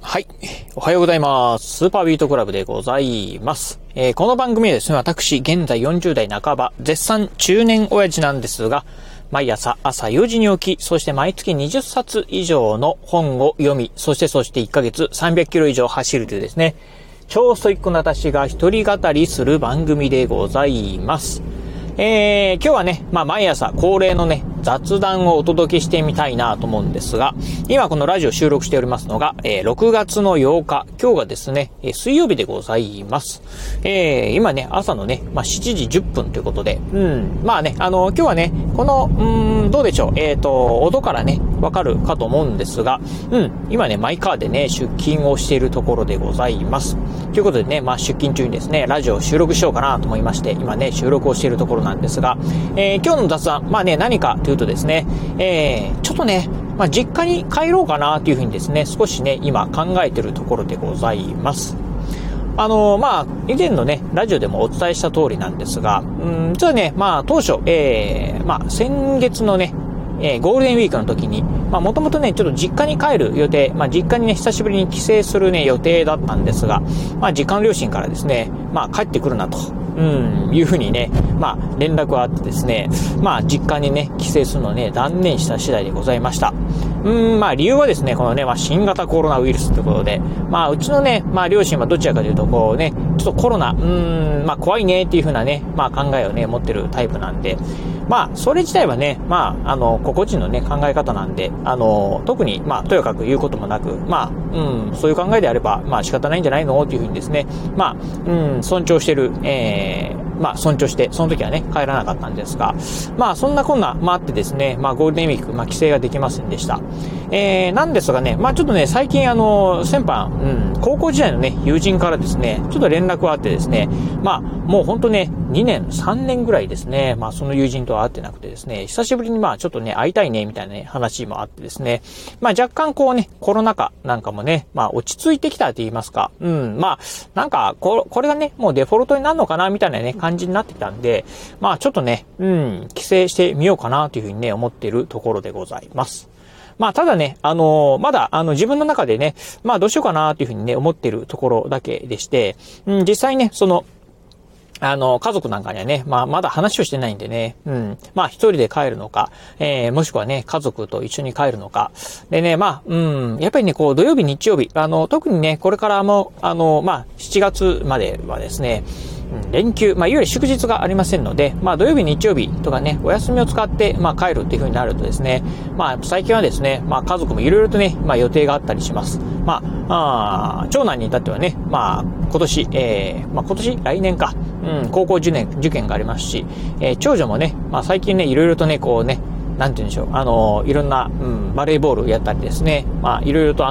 はい。おはようございます。スーパービートクラブでございます。この番組はですね、私、現在40代半ば、絶賛中年親父なんですが、毎朝4時に起き、そして毎月20冊以上の本を読み、そして1ヶ月300キロ以上走るというですね、超ストイックな私が一人語りする番組でございます。今日はね、毎朝恒例のね、雑談をお届けしてみたいなと思うんですが、今このラジオ収録しておりますのが、6月の8日、今日がですね、水曜日でございます。今ね、朝のね、7時10分ということで、今日はね、この、どうでしょう、音からね、わかるかと思うんですが、今ね、マイカーでね、出勤をしているところでございます。ということでね、出勤中にですね、ラジオを収録しようかなと思いまして、今ね、収録をしているところなんですが、今日の雑談、何かというとですね、ちょっとね、実家に帰ろうかなというふうにですね、少しね、今考えているところでございます。以前のね、ラジオでもお伝えした通りなんですが、実はね、当初、先月のね、ゴールデンウィークの時に、もともとね、ちょっと実家に帰る予定、実家にね、久しぶりに帰省するね、予定だったんですが、実家の両親からですね、帰ってくるなと、いうふうにね、連絡があってですね、実家にね、帰省するのをね、断念した次第でございました。理由はですね、このね、新型コロナウイルスということで、うちのね、両親はどちらかというと、こうね、ちょっとコロナ、怖いねっていうふうなね、考えをね、持ってるタイプなんで、それ自体はね、個々人のね、考え方なんで、特に、とやかく言うこともなく、そういう考えであれば、仕方ないんじゃないのっていうふうにですね、尊重してる、尊重して、その時はね、帰らなかったんですが、そんなこんな、あってですね、ゴールデンウィーク、帰省ができませんでした。なんですがね、ちょっとね、最近先般、高校時代のね、友人からですね、ちょっと連絡があってですね、もうほんとね、2年、3年ぐらいですね、その友人とは会ってなくてですね、久しぶりにちょっとね、会いたいね、みたいなね、話もあってですね、若干こうね、コロナ禍なんかもね、落ち着いてきたと言いますか、なんか、これがね、もうデフォルトになるのかな、みたいなね、感じになってきたんで、ちょっとね、帰省してみようかな、というふうにね、思っているところでございます。ただね、まだ、自分の中でね、どうしようかな、というふうにね、思っているところだけでして、実際ね、家族なんかにはね、まだ話をしてないんでね、一人で帰るのか、もしくはね、家族と一緒に帰るのか。でね、やっぱりね、こう、土曜日、日曜日、特にね、これからも、7月まではですね、連休、いわゆる祝日がありませんので、土曜日、日曜日とかね、お休みを使って、帰るっていう風になるとですね、最近はですね、家族もいろいろとね、予定があったりします。長男に至ってはね、今年、来年か、高校受験がありますし、長女もね、最近ね、いろいろとね、こうね、なんて言うんでしょう、いろんな、バレーボールやったりですね、いろいろと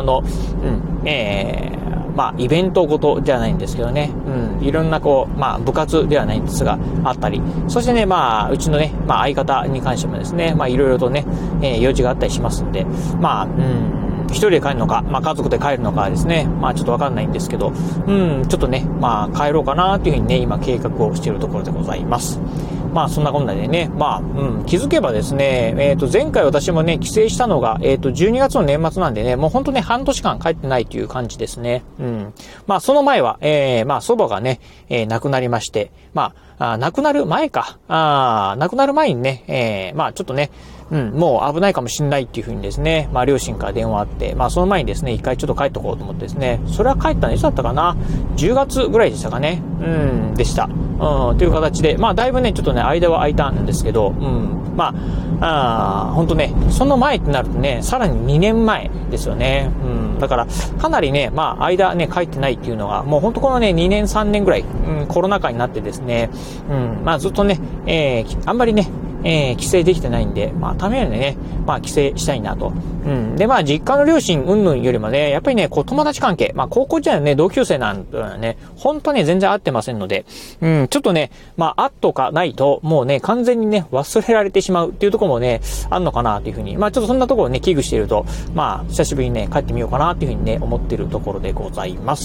イベントごとじゃないんですけどね、いろんなこう、部活ではないんですが、あったり、そしてね、うちのね、相方に関してもですね、いろいろとね、用事があったりしますんで、一人で帰るのか、家族で帰るのかですね、ちょっとわかんないんですけど、ちょっとね、帰ろうかなというふうにね、今計画をしているところでございます。そんなこんなでね、気づけばですね、前回私もね、帰省したのが、12月の年末なんでね、もうほんとね、半年間帰ってないという感じですね。その前は、祖母がね、亡くなりまして、亡くなる前か、亡くなる前にね、ちょっとね、もう危ないかもしれないっていうふうにですね、両親から電話あって、その前にですね、一回ちょっと帰っとこうと思ってですね、それは帰ったのいつだったかな ?10 月ぐらいでしたかね。でした。という形で、だいぶね、ちょっとね、間は空いたんですけど、ほんとね、その前ってなるとね、さらに2年前ですよね。だから、かなりね、間ね、帰ってないっていうのが、もうほんとこのね、2年3年ぐらい、コロナ禍になってですね、ずっとね、あんまりね、帰省できてないんで、ためにね、帰省したいなと。で、実家の両親云々よりもね、やっぱりね、友達関係、高校時代のね、同級生なんてのはね、本当に全然会ってませんので、ちょっとね、会っとかないと、もうね、完全にね、忘れられてしまうっていうところもね、あんのかなというふうに、ちょっとそんなところをね、危惧していると、久しぶりにね、帰ってみようかなというふうにね、思っているところでございます。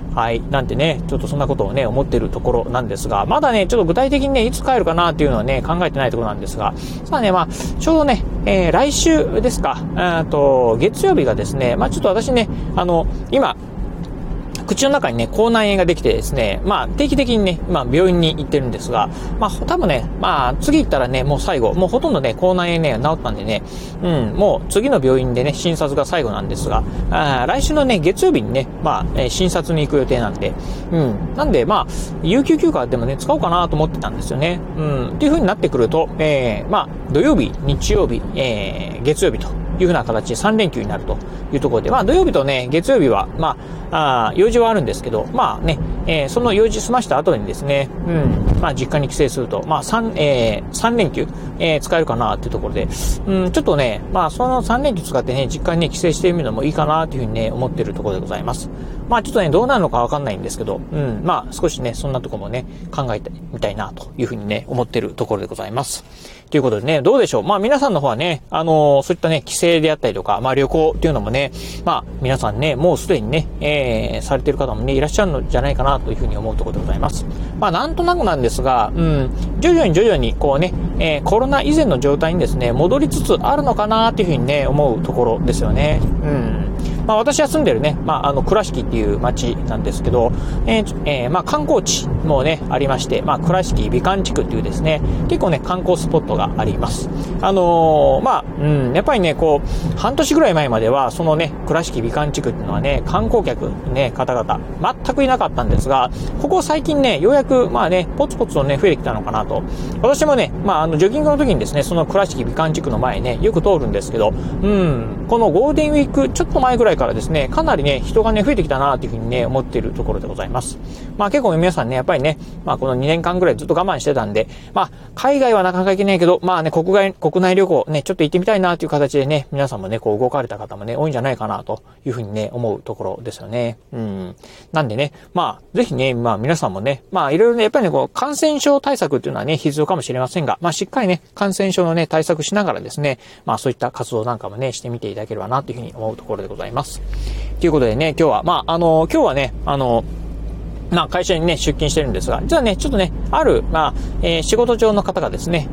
はい。なんてね、ちょっとそんなことをね、思ってるところなんですが、まだね、ちょっと具体的にね、いつ帰るかなっていうのはね、考えてないところなんですが、さあね、ちょうどね、来週ですか、月曜日がですね、ちょっと私ね、今、口の中にね、口内炎ができてですね、定期的にね、病院に行ってるんですが、多分ね、次行ったらね、もう最後、もうほとんどね、口内炎ね、治ったんでね、もう次の病院でね、診察が最後なんですが、来週のね、月曜日にね、診察に行く予定なんで、なんで、有給休暇でもね、使おうかなと思ってたんですよね。っていう風になってくると、土曜日、日曜日、月曜日という風な形で3連休になるというところで、土曜日とね、月曜日は、用事はあるんですけど、その用事済ました後にですね、実家に帰省すると、3連休、使えるかなっていうところで、ちょっとね、その3連休使ってね、実家にね、帰省してみるのもいいかなというふうにね、思っているところでございます。ちょっとね、どうなるのかわかんないんですけど、少しね、そんなところもね、考えてみたいなというふうにね、思っているところでございます。ということでね、どうでしょう。皆さんの方はね、そういったね、帰省であったりとか、旅行っていうのもね、皆さんね、もうすでにね、されている方もね、いらっしゃるのじゃないかなというふうに思うところでございます。なんとなくなんですが、徐々にこうね、コロナ以前の状態にですね、戻りつつあるのかなというふうにね、思うところですよね。私は住んでるね、倉敷っていう町なんですけど、観光地もね、ありまして、倉敷美観地区っていうですね、結構ね、観光スポットがあります。やっぱりね、こう、半年ぐらい前までは、そのね、倉敷美観地区っていうのはね、観光客ね、方々、全くいなかったんですが、ここ最近ね、ようやく、ポツポツとね、増えてきたのかなと。私もね、ジョギングの時にですね、その倉敷美観地区の前ね、よく通るんですけど、このゴールデンウィークちょっと前ぐらいからですね、かなりね、人がね、増えてきたなというふうにね、思っているところでございます。結構皆さんね、やっぱりね、この2年間ぐらいずっと我慢してたんで、海外はなかなか行けないけど、国内旅行ね、ちょっと行ってみたいなという形でね、皆さんもね、こう動かれた方もね、多いんじゃないかなというふうにね、思うところですよね。なんでね、ぜひね、皆さんもね、いろいろね、やっぱりね、こう、感染症対策っていうのはね、必要かもしれませんが、しっかりね、感染症のね、対策しながらですね、そういった活動なんかもね、してみていただければなというふうに思うところでございます。ということでね、今日は、今日はね、会社にね、出勤してるんですが、実はね、ちょっとね、ある、仕事上の方がですね、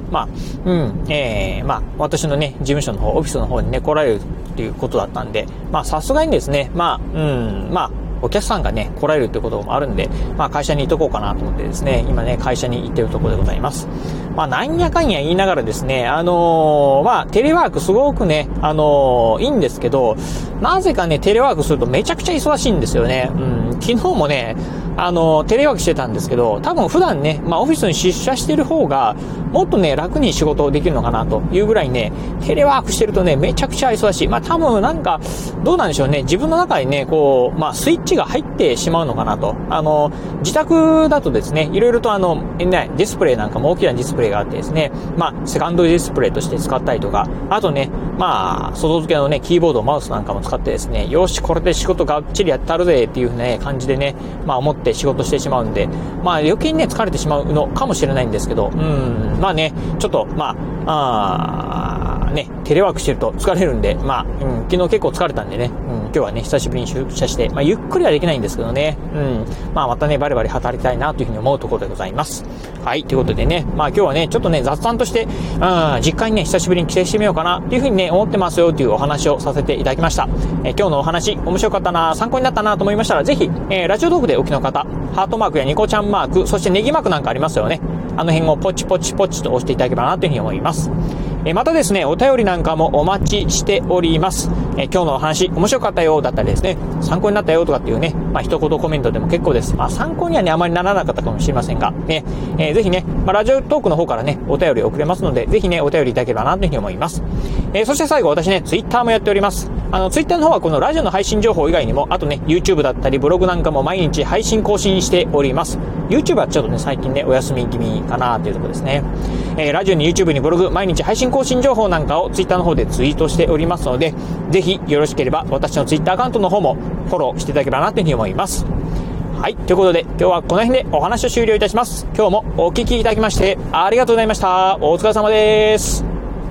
私のね、事務所の方、オフィスの方にね、来られるっていうことだったんで、さすがにですね、お客さんがね、来られるってこともあるんで、会社にいとこうかなと思ってですね、今ね、会社に行ってるところでございます。なんやかんや言いながらですね、テレワークすごくね、いいんですけど、なぜかね、テレワークするとめちゃくちゃ忙しいんですよね。昨日もね、テレワークしてたんですけど、多分普段ね、オフィスに出社してる方が、もっとね、楽に仕事をできるのかなというぐらいね、テレワークしてるとね、めちゃくちゃ忙しい。多分なんか、どうなんでしょうね、自分の中にね、こう、スイッチが入ってしまうのかなと。自宅だとですね、いろいろとディスプレイなんかも大きなディスプレイがあってですね、セカンドディスプレイとして使ったりとか、あとね、外付けのね、キーボード、マウスなんかも使ってですね、よし、これで仕事がっちりやったるぜっていうね、感じでね、思って仕事してしまうんで、余計にね、疲れてしまうのかもしれないんですけど、ちょっと、テレワークしてると疲れるんで、昨日結構疲れたんでね、今日はね、久しぶりに出社して、ゆっくりはできないんですけどね、またね、バリバリ働きたいなというふうに思うところでございます。はい、ということでね、今日はね、ちょっとね、雑談として、実家にね、久しぶりに帰省してみようかな、というふうにね、思ってますよ、というお話をさせていただきました。今日のお話、面白かったな、参考になったなと思いましたら、ぜひ、ラジオトークでお聞きの方、ハートマークやニコちゃんマーク、そしてネギマークなんかありますよね。あの辺をポチポチポチと押していただければなというふうに思います。またですね、お便りなんかもお待ちしております。今日のお話、面白かったよだったりですね、参考になったよとかっていうね、一言コメントでも結構です。参考にはね、あまりならなかったかもしれませんが、ね、ぜひね、ラジオトークの方からね、お便り送れますので、ぜひね、お便りいただければなというふうに思います。そして最後、私ね、ツイッターもやっております。ツイッターの方はこのラジオの配信情報以外にも、あとね、YouTube だったりブログなんかも毎日配信更新しております。YouTube はちょっとね、最近ね、お休み気味かなというところですね。ラジオに YouTube にブログ、毎日配信更新情報なんかを Twitter の方でツイートしておりますので、ぜひよろしければ私の Twitter アカウントの方もフォローしていただければなというふうに思います。はい、ということで今日はこの辺でお話を終了いたします。今日もお聞きいただきましてありがとうございました。お疲れ様です。